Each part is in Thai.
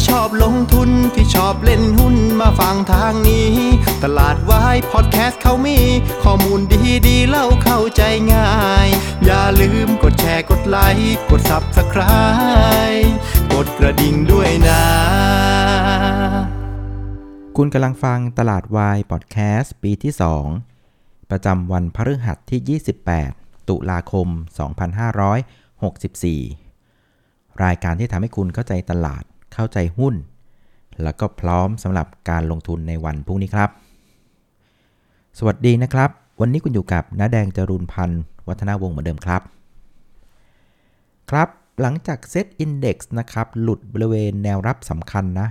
ที่ชอบลงทุนที่ชอบเล่นหุ้นมาฟังทางนี้ตลาดวายพอดแคสต์เขามีข้อมูลดีๆเล่าเข้าใจง่ายอย่าลืมกดแชร์กดไลค์กด Subscribe กดกระดิ่งด้วยนะคุณกำลังฟังตลาดวายพอดแคสต์ปีที่2ประจำวันพฤหัสที่28ตุลาคม2564รายการที่ทำให้คุณเข้าใจตลาดเข้าใจหุ้นแล้วก็พร้อมสำหรับการลงทุนในวันพรุ่งนี้ครับสวัสดีนะครับวันนี้คุณอยู่กับน้าแดงจรูญพันธ์วัฒนาวงศ์เหมือนเดิมครับหลังจากเซตอินเด็กซ์นะครับหลุดบริเวณแนวรับสำคัญนะ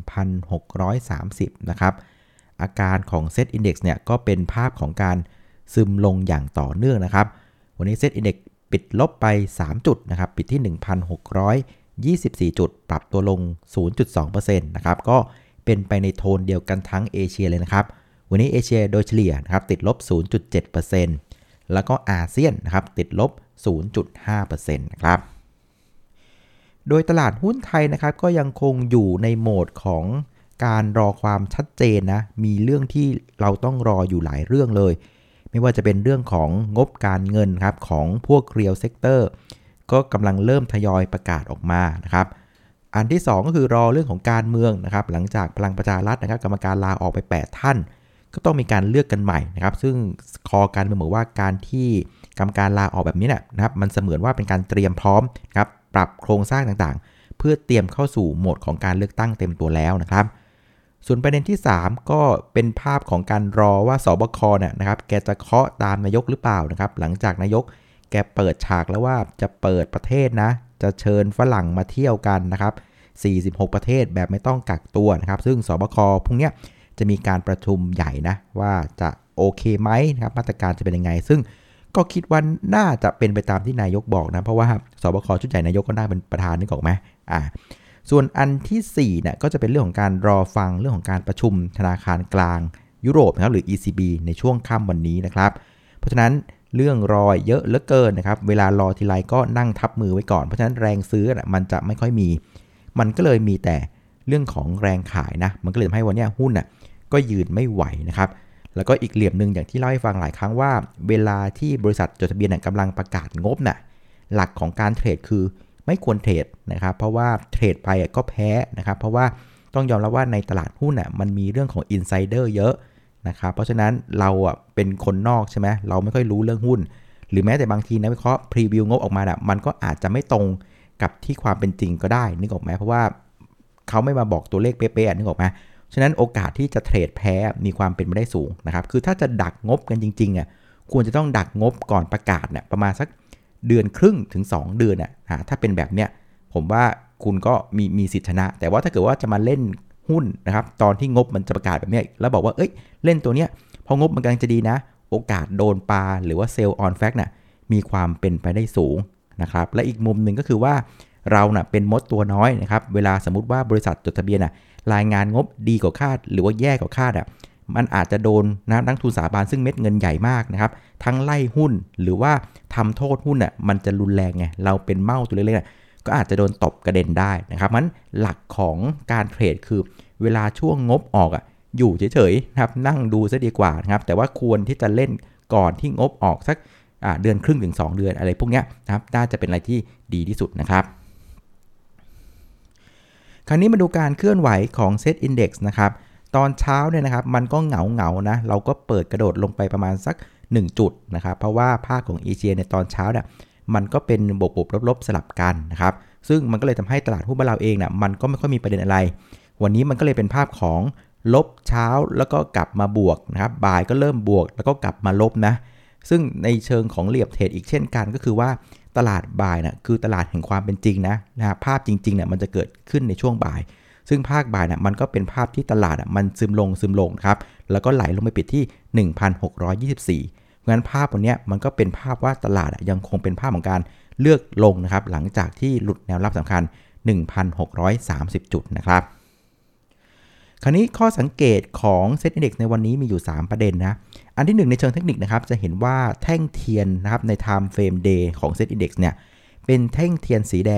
1,630 นะครับอาการของเซตอินเด็กซ์เนี่ยก็เป็นภาพของการซึมลงอย่างต่อเนื่องนะครับวันนี้เซตอินเด็กซ์ปิดลบไป3จุดนะครับปิดที่ 1,624 จุดปรับตัวลง 0.2% นะครับก็เป็นไปในโทนเดียวกันทั้งเอเชียเลยนะครับวันนี้เอเชียโดยเฉลี่ยนะครับติดลบ 0.7% แล้วก็อาเซียนนะครับติดลบ 0.5% นะครับโดยตลาดหุ้นไทยนะครับก็ยังคงอยู่ในโหมดของการรอความชัดเจนนะมีเรื่องที่เราต้องรออยู่หลายเรื่องเลยไม่ว่าจะเป็นเรื่องของงบการเงินครับของพวก Real Sector ก็กำลังเริ่มทยอยประกาศออกมานะครับอันที่2ก็คือรอเรื่องของการเมืองนะครับหลังจากพลังประชารัฐนะครับกรรมการลาออกไป8ท่านก็ต้องมีการเลือกกันใหม่นะครับซึ่งคอการเมืองบอกว่าการที่กรรมการลาออกแบบนี้นะครับมันเสมือนว่าเป็นการเตรียมพร้อมครับปรับโครงสร้างต่างๆเพื่อเตรียมเข้าสู่โหมดของการเลือกตั้งเต็มตัวแล้วนะครับส่วนประเด็นที่3ก็เป็นภาพของการรอว่าสบคเนี่ยนะครับแกจะเคาะตามนายกหรือเปล่านะครับหลังจากนายกแกเปิดฉากแล้วว่าจะเปิดประเทศนะจะเชิญฝรั่งมาเที่ยวกันนะครับ46ประเทศแบบไม่ต้องกักตัวนะครับซึ่งสบคพรุ่งนี้จะมีการประชุมใหญ่นะว่าจะโอเคไหมนะครับมาตรการจะเป็นยังไงซึ่งก็คิดว่าน่าจะเป็นไปตามที่นายกบอกนะเพราะว่าสบคชุดใหญ่นายกก็น่าเป็นประธานนึกออกไหมส่วนอันที่4เนี่ยก็จะเป็นเรื่องของการรอฟังเรื่องของการประชุมธนาคารกลางยุโรปนะครับหรือ ECB ในช่วงค่ำวันนี้นะครับเพราะฉะนั้นเรื่องรอเยอะเหลือเกินนะครับเวลารอทีไรก็นั่งทับมือไว้ก่อนเพราะฉะนั้นแรงซื้อมันจะไม่ค่อยมีมันก็เลยมีแต่เรื่องของแรงขายนะมันก็เลยทำให้วันนี้หุ้นก็ยืนไม่ไหวนะครับแล้วก็อีกเหลี่ยมนึงอย่างที่เล่าให้ฟังหลายครั้งว่าเวลาที่บริษัทจดทะเบียนกำลังประกาศงบหลักของการเทรดคือไม่ควรเทรดนะครับเพราะว่าเทรดไปก็แพ้นะครับเพราะว่าต้องยอมรับว่าในตลาดหุ้นมันมีเรื่องของอินไซเดอร์เยอะนะครับเพราะฉะนั้นเราเป็นคนนอกใช่ไหมเราไม่ค่อยรู้เรื่องหุ้นหรือแม้แต่บางทีนักวิเคราะห์พรีวิวงบออกมามันก็อาจจะไม่ตรงกับที่ความเป็นจริงก็ได้นึกออกไหมเพราะว่าเขาไม่มาบอกตัวเลขเป๊ะๆนึกออกไหมฉะนั้นโอกาสที่จะเทรดแพ้มีความเป็นไปได้สูงนะครับคือถ้าจะดักงบกันจริงๆควรจะต้องดักงบก่อนประกาศประมาณสักเดือนครึ่งถึง2เดือนถ้าเป็นแบบเนี้ยผมว่าคุณก็มีสิทธิชนะแต่ว่าถ้าเกิดว่าจะมาเล่นหุ้นนะครับตอนที่งบมันจะประกาศแบบนี้แล้วบอกว่าเล่นตัวเนี้ยพองบมันกำลังจะดีนะโอกาสโดนปลาหรือว่าเซลล์ออนแฟกต์มีความเป็นไปได้สูงนะครับและอีกมุมหนึ่งก็คือว่าเราเป็นมดตัวน้อยนะครับเวลาสมมุติว่าบริษัทจดทะเบียนรายงานงบดีกว่าคาดหรือว่าแย่กว่าคาดมันอาจจะโดนนักทุนสถาบันซึ่งเม็ดเงินใหญ่มากนะครับทั้งไล่หุ้นหรือว่าทำโทษหุ้นมันจะรุนแรงไงเราเป็นเม่าตัวเล็กๆก็อาจจะโดนตบกระเด็นได้นะครับมันหลักของการเทรดคือเวลาช่วงงบออกอยู่เฉยๆนะครับนั่งดูซะดีกว่านะครับแต่ว่าควรที่จะเล่นก่อนที่งบออกสักเดือนครึ่งถึง2เดือนอะไรพวกนี้นะครับน่าจะเป็นอะไรที่ดีที่สุดนะครับคราวนี้มาดูการเคลื่อนไหวของ Set Index นะครับตอนเช้าเนี่ยนะครับมันก็เหงานะเราก็เปิดกระโดดลงไปประมาณสัก1จุดนะครับเพราะว่าภาคของเอเชียในตอนเช้ามันก็เป็นบวกลบสลับกันนะครับซึ่งมันก็เลยทำให้ตลาดหุ้นบ้านเราเองมันก็ไม่ค่อยมีประเด็นอะไรวันนี้มันก็เลยเป็นภาพของลบเช้าแล้วก็กลับมาบวกนะครับบ่ายก็เริ่มบวกแล้วก็กลับมาลบนะซึ่งในเชิงของเหลี่ยมเทรดอีกเช่นกันก็คือว่าตลาดบ่ายคือตลาดแห่งความเป็นจริงนะภาพจริงๆมันจะเกิดขึ้นในช่วงบ่ายซึ่งภาคบ่ายมันก็เป็นภาพที่ตลาดมันซึมลงครับแล้วก็ไหลลงไปปิดที่ 1,624 เพราะฉะนั้นภาพวันนี้มันก็เป็นภาพว่าตลาดยังคงเป็นภาพของการเลือกลงนะครับหลังจากที่หลุดแนวรับสำคัญ 1,630 จุดนะครับคราวนี้ข้อสังเกตของ Set Index ในวันนี้มีอยู่3ประเด็นนะอันที่1ในเชิงเทคนิคนะครับจะเห็นว่าแท่งเทียนนะครับใน Time Frame Day ของ Set Index เนี่ยเป็นแท่งเทียนสีแดง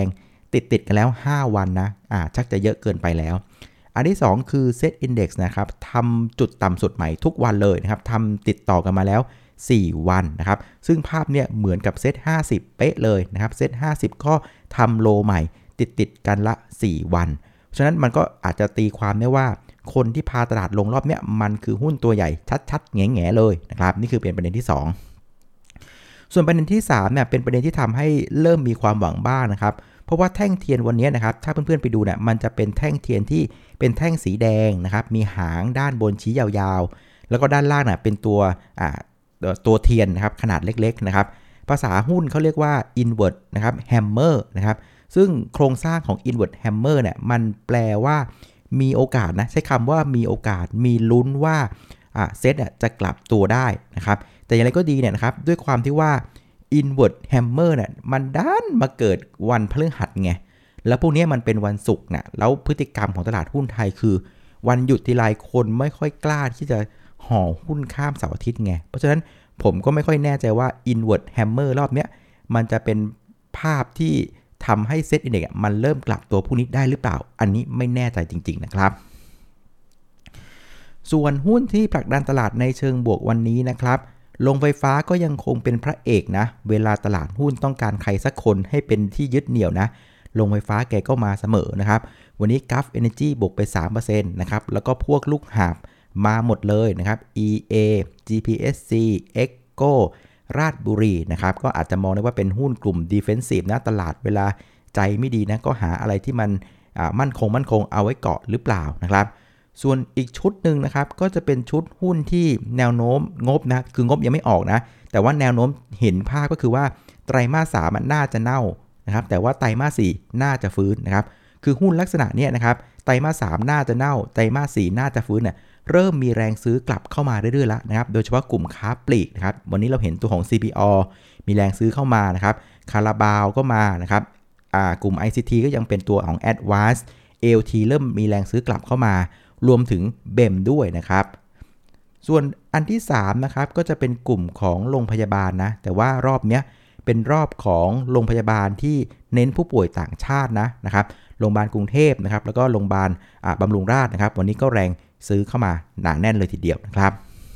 ติดกันแล้ว5วันนะชักจะเยอะเกินไปแล้วอันที่2คือ Set Index นะครับทำจุดต่ำสุดใหม่ทุกวันเลยนะครับทำติดต่อกันมาแล้ว4วันนะครับซึ่งภาพเนี่ยเหมือนกับ Set 50เป๊ะเลยนะครับ Set 50ก็ทำโลใหม่ติดกันละ4วันเพราะฉะนั้นมันก็อาจจะตีความได้ว่าคนที่พาตลาดลงรอบเนี้ยมันคือหุ้นตัวใหญ่ชัดๆแง่ๆเลยนะครับนี่คือเป็นประเด็นที่2ส่วนประเด็นที่3เนี่ยเป็นประเด็นที่ทำให้เริ่มมีความหวังบ้างนะครับเพราะว่าแท่งเทียนวันนี้นะครับถ้าเพื่อนๆไปดูเนี่ยมันจะเป็นแท่งเทียนที่เป็นแท่งสีแดงนะครับมีหางด้านบนชี้ยาวๆแล้วก็ด้านล่างน่ะเป็นตัวเทียนนะครับขนาดเล็กๆนะครับภาษาหุ้นเขาเรียกว่า inward นะครับ hammer นะครับซึ่งโครงสร้างของ inward hammer เนี่ยมันแปลว่ามีโอกาสนะใช้คำว่ามีโอกาสมีลุ้นว่าเซตจะกลับตัวได้นะครับแต่อย่างไรก็ดีเนี่ยนะครับด้วยความที่ว่า inward hammer เนี่ยมันด้านมาเกิดวันพฤหัสไงแล้วพวกนี้มันเป็นวันศุกร์นะแล้วพฤติกรรมของตลาดหุ้นไทยคือวันหยุดทีไรคนไม่ค่อยกล้าที่จะห่อหุ้นข้ามเสาร์อาทิตย์ไงเพราะฉะนั้นผมก็ไม่ค่อยแน่ใจว่า inward hammer รอบเนี้ยมันจะเป็นภาพที่ทำให้เซ็ตอินเด็กซ์มันเริ่มกลับตัวพวกนี้ได้หรือเปล่าอันนี้ไม่แน่ใจจริงๆนะครับส่วนหุ้นที่ผลักดันตลาดในเชิงบวกวันนี้นะครับโรงไฟฟ้าก็ยังคงเป็นพระเอกนะเวลาตลาดหุ้นต้องการใครสักคนให้เป็นที่ยึดเหนี่ยวนะโรงไฟฟ้าแกก็มาเสมอนะครับวันนี้ Gulf Energy บวกไป 3% นะครับแล้วก็พวกลูกหาบมาหมดเลยนะครับ EA GPSC EXCO ราชบุรีนะครับก็อาจจะมองได้ว่าเป็นหุ้นกลุ่ม Defensive นะตลาดเวลาใจไม่ดีนะก็หาอะไรที่มันมั่นคงเอาไว้เกาะหรือเปล่านะครับส่วนอีกชุดหนึ่งนะครับก็จะเป็นชุดหุ้นที่แนวโน้มงบนะคืองบยังไม่ออกนะแต่ว่าแนวโน้มเห็นภาพก็คือว่าไตรมาส 3มันน่าจะเน่านะครับแต่ว่าไตรมาส 4น่าจะฟื้นนะครับคือหุ้นลักษณะเนี้ยนะครับไตรมาส 3น่าจะเน่าไตรมาส 4น่าจะฟื้นเนี่ยเริ่มมีแรงซื้อกลับเข้ามาเรื่อยๆแล้วนะครับโดยเฉพาะกลุ่มค้าปลีกนะครับวันนี้เราเห็นตัวของ CPO มีแรงซื้อเข้ามานะครับคาราบาวก็มานะครับกลุ่ม ICT ก็ยังเป็นตัวของ Advance ALT เริ่มมีแรงซื้อกลับเข้ามารวมถึงเบมด้วยนะครับส่วนอันที่3นะครับก็จะเป็นกลุ่มของโรงพยาบาลนะแต่ว่ารอบนี้เป็นรอบของโรงพยาบาลที่เน้นผู้ป่วยต่างชาตินะครับโรงพยาบาลกรุงเทพนะครับแล้วก็โรงพยาบาลบำรุงราษฎร์นะครับวันนี้ก็แรงซื้อเข้ามาหนาแน่นเลยทีเดียวนะครับ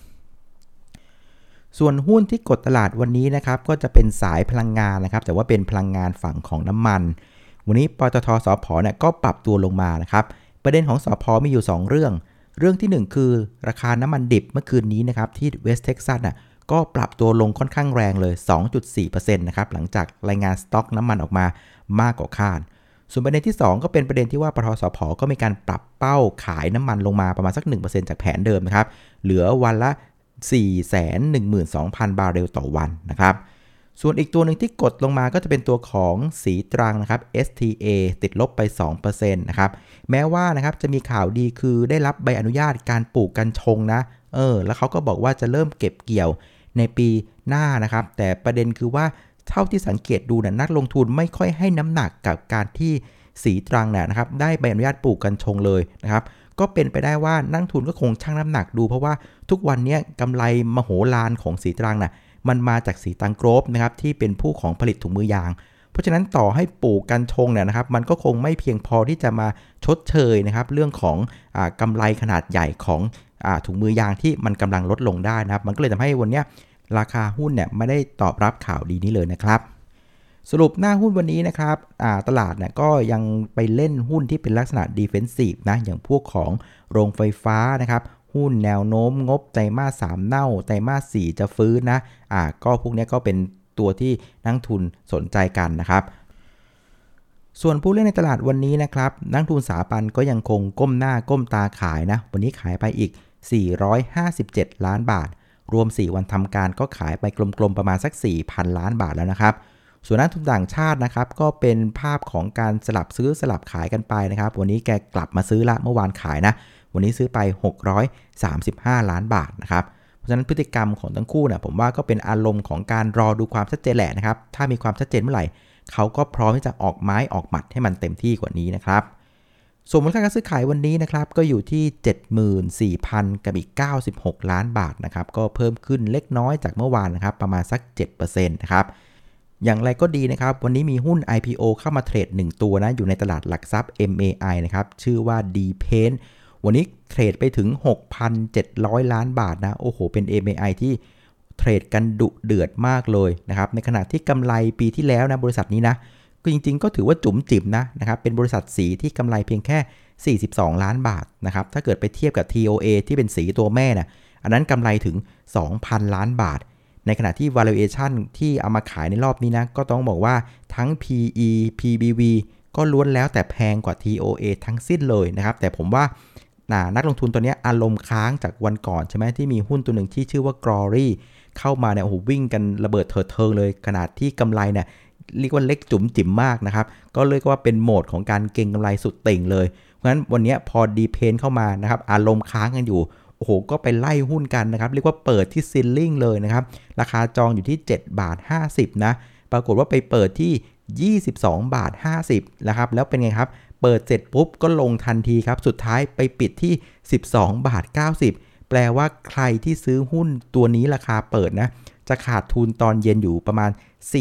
ส่วนหุ้นที่กดตลาดวันนี้นะครับก็จะเป็นสายพลังงานนะครับแต่ว่าเป็นพลังงานฝั่งของน้ำมันวันนี้ปตท.สผ.เนี่ยก็ปรับตัวลงมานะครับประเด็นของสผ.มีอยู่2เรื่องที่1คือราคาน้ำมันดิบเมื่อคืนนี้นะครับที่เวสต์เท็กซัสก็ปรับตัวลงค่อนข้างแรงเลย 2.4% นะครับหลังจากรายงานสต็อกน้ำมันออกมามากกว่าคาดส่วนประเด็นที่2ก็เป็นประเด็นที่ว่าปตท.สผ.ก็มีการปรับเป้าขายน้ำมันลงมาประมาณสัก 1% จากแผนเดิมนะครับเหลือวันละ 412,000 บาร์เรลต่อวันนะครับส่วนอีกตัวหนึ่งที่กดลงมาก็จะเป็นตัวของสีตรังนะครับ STA ติดลบไป 2% นะครับแม้ว่านะครับจะมีข่าวดีคือได้รับใบอนุญาตการปลูกกัญชงนะแล้วเขาก็บอกว่าจะเริ่มเก็บเกี่ยวในปีหน้านะครับแต่ประเด็นคือว่าเท่าที่สังเกตดูนักลงทุนไม่ค่อยให้น้ำหนักกับการที่สีตรังนะครับได้ใบอนุญาตปลูกกัญชงเลยนะครับก็เป็นไปได้ว่านักทุนก็คงชั่งน้ำหนักดูเพราะว่าทุกวันนี้กำไรมโหฬารของสีตรังมันมาจากสีตรังโกรฟนะครับที่เป็นผู้ของผลิตถุงมือยางเพราะฉะนั้นต่อให้ปลูกกัญชงนะครับมันก็คงไม่เพียงพอที่จะมาชดเชยนะครับเรื่องของกำไรขนาดใหญ่ของถุงมือยางที่มันกำลังลดลงได้นะครับมันก็เลยทำให้วันนี้ราคาหุ้นไม่ได้ตอบรับข่าวดีนี้เลยนะครับสรุปหน้าหุ้นวันนี้นะครับตลาดก็ยังไปเล่นหุ้นที่เป็นลักษณะ defensive นะอย่างพวกของโรงไฟฟ้านะครับหุ้นแนวโน้มงบไตรมาส 3เน่าไตรมาส 4จะฟื้นนะก็พวกนี้ก็เป็นตัวที่นักทุนสนใจกันนะครับส่วนผู้เล่นในตลาดวันนี้นะครับนักทุนสถาบันก็ยังคงก้มหน้าก้มตาขายนะวันนี้ขายไปอีก457ล้านบาทรวม4วันทำการก็ขายไปกลมๆประมาณสัก 4,000 ล้านบาทแล้วนะครับส่วนนักทุนต่างชาตินะครับก็เป็นภาพของการสลับซื้อสลับขายกันไปนะครับวันนี้แกกลับมาซื้อละเมื่อวานขายนะวันนี้ซื้อไป635ล้านบาทนะครับเพราะฉะนั้นพฤติกรรมของทั้งคู่ผมว่าก็เป็นอารมณ์ของการรอดูความชัดเจนแหละนะครับถ้ามีความชัดเจนเมื่อไหร่เขาก็พร้อมที่จะออกไม้ออกหมัดให้มันเต็มที่กว่านี้นะครับส่วนมูลค่าการซื้อขายวันนี้นะครับก็อยู่ที่ 74,000 กับอีก96ล้านบาทนะครับก็เพิ่มขึ้นเล็กน้อยจากเมื่อวานนะครับประมาณสัก 7% นะครับอย่างไรก็ดีนะครับวันนี้มีหุ้น IPO เข้ามาเทรด1ตัวนะอยู่ในตลาดหลักทรัพย์ MAI นะครับชื่อว่า DPaint วันนี้เทรดไปถึง 6,700 ล้านบาทนะโอ้โหเป็น MAI ที่เทรดกันดุเดือดมากเลยนะครับในขณะที่กำไรปีที่แล้วนะบริษัทนี้นะก็จริงๆก็ถือว่าจุ๋มจิ๋มนะครับเป็นบริษัทสีที่กำไรเพียงแค่42ล้านบาทนะครับถ้าเกิดไปเทียบกับ TOA ที่เป็นสีตัวแม่นะอันนั้นกำไรถึง 2,000 ล้านบาทในขณะที่ valuation ที่เอามาขายในรอบนี้นะก็ต้องบอกว่าทั้ง PE PBV ก็ล้วนแล้วแต่แพงกว่า TOA ทั้งสิ้นเลยนะครับแต่ผมว่านักลงทุนตัวนี้อารมณ์ค้างจากวันก่อนใช่ไหมที่มีหุ้นตัวหนึ่งที่ชื่อว่า Glory เข้ามาเนี่ยโอ้โหวิ่งกันระเบิดเถิดเทิงเลยขนาดที่กำไรเนี่ยเรียกว่าเล็กจุ๋มจิ๋มมากนะครับก็เรียกว่าเป็นโหมดของการเก็งกำไรสุดติ่งเลยเพราะฉะนั้นวันนี้พอดีเพนเข้ามานะครับอารมณ์ค้างกันอยู่โอ้โหก็ไปไล่หุ้นกันนะครับเรียกว่าเปิดที่ซิลลิ่งเลยนะครับราคาจองอยู่ที่7.50 นะปรากฏว่าไปเปิดที่22.50 นะครับแล้วเป็นไงครับเปิดเสร็จปุ๊บก็ลงทันทีครับสุดท้ายไปปิดที่12.90 แปลว่าใครที่ซื้อหุ้นตัวนี้ราคาเปิดนะจะขาดทุนตอนเย็นอยู่ประมาณ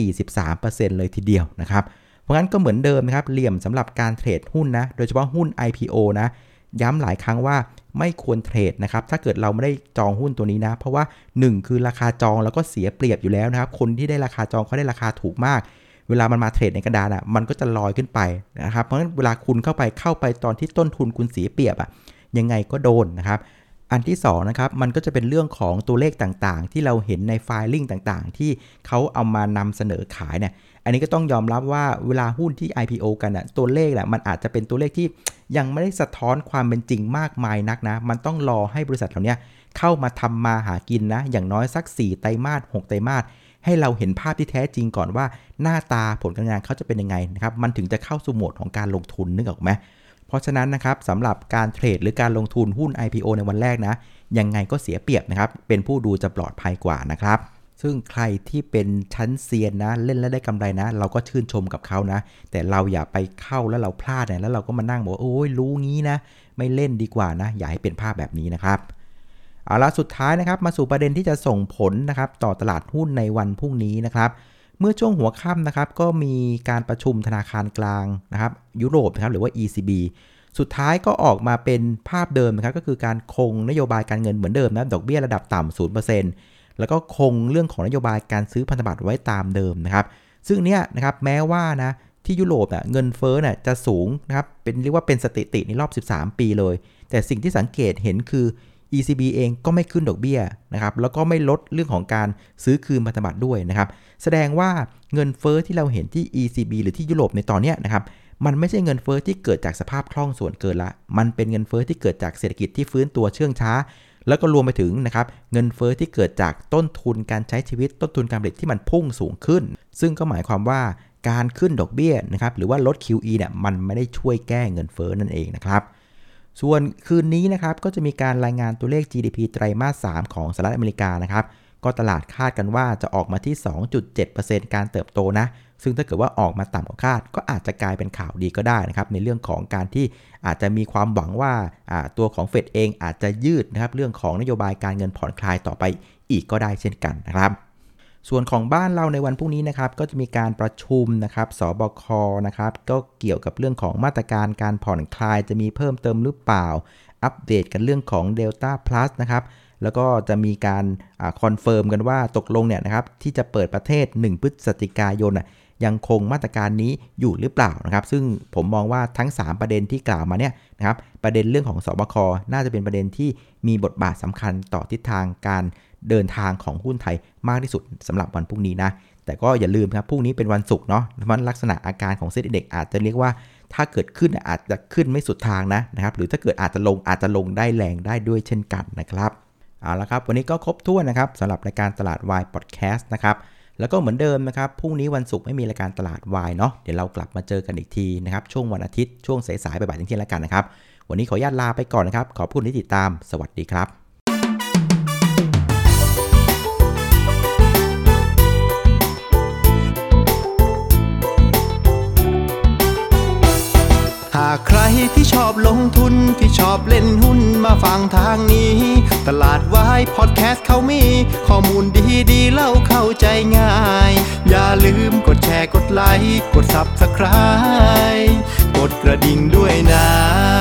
43% เลยทีเดียวนะครับเพราะงั้นก็เหมือนเดิมนะครับเหลี่ยมสำหรับการเทรดหุ้นนะโดยเฉพาะหุ้น IPO นะย้ำหลายครั้งว่าไม่ควรเทรดนะครับถ้าเกิดเราไม่ได้จองหุ้นตัวนี้นะเพราะว่า1คือราคาจองแล้วก็เสียเปรียบอยู่แล้วนะครับคนที่ได้ราคาจองเขาได้ราคาถูกมากเวลามันมาเทรดในกระดานมันก็จะลอยขึ้นไปนะครับเพราะฉะนั้นเวลาคุณเข้าไปตอนที่ต้นทุนคุณเสียเปรียบยังไงก็โดนนะครับอันที่2นะครับมันก็จะเป็นเรื่องของตัวเลขต่างๆที่เราเห็นในไฟลิ่งต่างๆที่เขาเอามานำเสนอขายเนี่ยอันนี้ก็ต้องยอมรับว่าเวลาหุ้นที่ IPO กันตัวเลขมันอาจจะเป็นตัวเลขที่ยังไม่ได้สะท้อนความเป็นจริงมากมายนักนะมันต้องรอให้บริษัทเหล่านี้เข้ามาทำมาหากินนะอย่างน้อยสัก4ไตรมาส6ไตรมาสให้เราเห็นภาพที่แท้จริงก่อนว่าหน้าตาผลการงานเขาจะเป็นยังไงนะครับมันถึงจะเข้าสู่โหมดของการลงทุนนึกออกไหมเพราะฉะนั้นนะครับสำหรับการเทรดหรือการลงทุนหุ้น IPO ในวันแรกนะยังไงก็เสียเปรียบนะครับเป็นผู้ดูจะปลอดภัยกว่านะครับซึ่งใครที่เป็นชั้นเซียนนะเล่นแล้วได้กำไรนะเราก็ชื่นชมกับเขานะแต่เราอย่าไปเข้าแล้วเราพลาดแล้วเราก็มานั่งบอกโอ้ยรู้งี้นะไม่เล่นดีกว่านะอย่าให้เป็นภาพแบบนี้นะครับเอาละสุดท้ายนะครับมาสู่ประเด็นที่จะส่งผลนะครับต่อตลาดหุ้นในวันพรุ่งนี้นะครับเมื่อช่วงหัวค่ำนะครับก็มีการประชุมธนาคารกลางนะครับยุโรปนะครับหรือว่า ECB สุดท้ายก็ออกมาเป็นภาพเดิมนะครับก็คือการคงนโยบายการเงินเหมือนเดิมนะดอกเบี้ยระดับต่ำ 0% แล้วก็คงเรื่องของนโยบายการซื้อพันธบัตรไว้ตามเดิมนะครับซึ่งเนี้ยนะครับแม้ว่านะที่ยุโรปเงินเฟ้อจะสูงนะครับเป็นเรียกว่าเป็นสถิติในรอบ13ปีเลยแต่สิ่งที่สังเกตเห็นคือ ECB เองก็ไม่ขึ้นดอกเบี้ยนะครับแล้วก็ไม่ลดเรื่องของการซื้อคืนพันธบัตรด้วยนะครับแสดงว่าเงินเฟ้อที่เราเห็นที่ ECB หรือที่ยุโรปในตอนนี้นะครับมันไม่ใช่เงินเฟ้อที่เกิดจากสภาพคล่องส่วนเกินละมันเป็นเงินเฟ้อที่เกิดจากเศรษฐกิจที่ฟื้นตัวเชื่องช้าแล้วก็รวมไปถึงนะครับเงินเฟ้อที่เกิดจากต้นทุนการใช้ชีวิตต้นทุนการผลิตที่มันพุ่งสูงขึ้นซึ่งก็หมายความว่าการขึ้นดอกเบี้ยนะครับหรือว่าลด QE มันไม่ได้ช่วยแก้เงินเฟ้อนั่นเองนะครับส่วนคืนนี้นะครับก็จะมีการรายงานตัวเลข GDP ไตรมาส 3 ของสหรัฐอเมริกานะครับก็ตลาดคาดกันว่าจะออกมาที่ 2.7% การเติบโตนะซึ่งถ้าเกิดว่าออกมาต่ำกว่าคาดก็อาจจะกลายเป็นข่าวดีก็ได้นะครับในเรื่องของการที่อาจจะมีความหวังว่าตัวของเฟดเองอาจจะยืดนะครับเรื่องของนโยบายการเงินผ่อนคลายต่อไปอีกก็ได้เช่นกันนะครับส่วนของบ้านเราในวันพรุ่งนี้นะครับก็จะมีการประชุมนะครับสบคนะครับก็เกี่ยวกับเรื่องของมาตรการการผ่อนคลายจะมีเพิ่มเติมหรือเปล่าอัปเดตกันเรื่องของ Delta Plus นะครับแล้วก็จะมีการคอนเฟิร์มกันว่าตกลงเนี่ยนะครับที่จะเปิดประเทศ1พฤศจิกายนยังคงมาตรการนี้อยู่หรือเปล่านะครับซึ่งผมมองว่าทั้ง3ประเด็นที่กล่าวมาเนี่ยนะครับประเด็นเรื่องของสบคน่าจะเป็นประเด็นที่มีบทบาทสำคัญต่อทิศทางการเดินทางของหุ้นไทยมากที่สุดสำหรับวันพรุ่งนี้นะแต่ก็อย่าลืมครับพรุ่งนี้เป็นวันศุกร์เนาะมันลักษณะอาการของเซ็ตอินเด็กซ์อาจจะเรียกว่าถ้าเกิดขึ้นอาจจะขึ้นไม่สุดทางนะครับหรือถ้าเกิดอาจจะลงได้แรงได้ด้วยเช่นกันนะครับเอาละครับวันนี้ก็ครบถ้วนนะครับสำหรับรายการตลาดวายพอดแคสต์นะครับแล้วก็เหมือนเดิมนะครับพรุ่งนี้วันศุกร์ไม่มีรายการตลาดวายเนาะเดี๋ยวเรากลับมาเจอกันอีกทีนะครับช่วงวันอาทิตย์ช่วงสายๆบ่ายๆเที่ยงๆแล้วกันนะครับวันนี้ขออนุญาตลาไปก่อนนะครับขอบคุณที่ติดตามสวัสดีครับหากใครที่ชอบลงทุนที่ชอบเล่นหุ้นมาฟังทางนี้ตลาดวายพอดแคสต์เขามีข้อมูลดีๆเล่าเข้าใจง่ายอย่าลืมกดแชร์กดไลค์กด Subscribe กดกระดิ่งด้วยนะ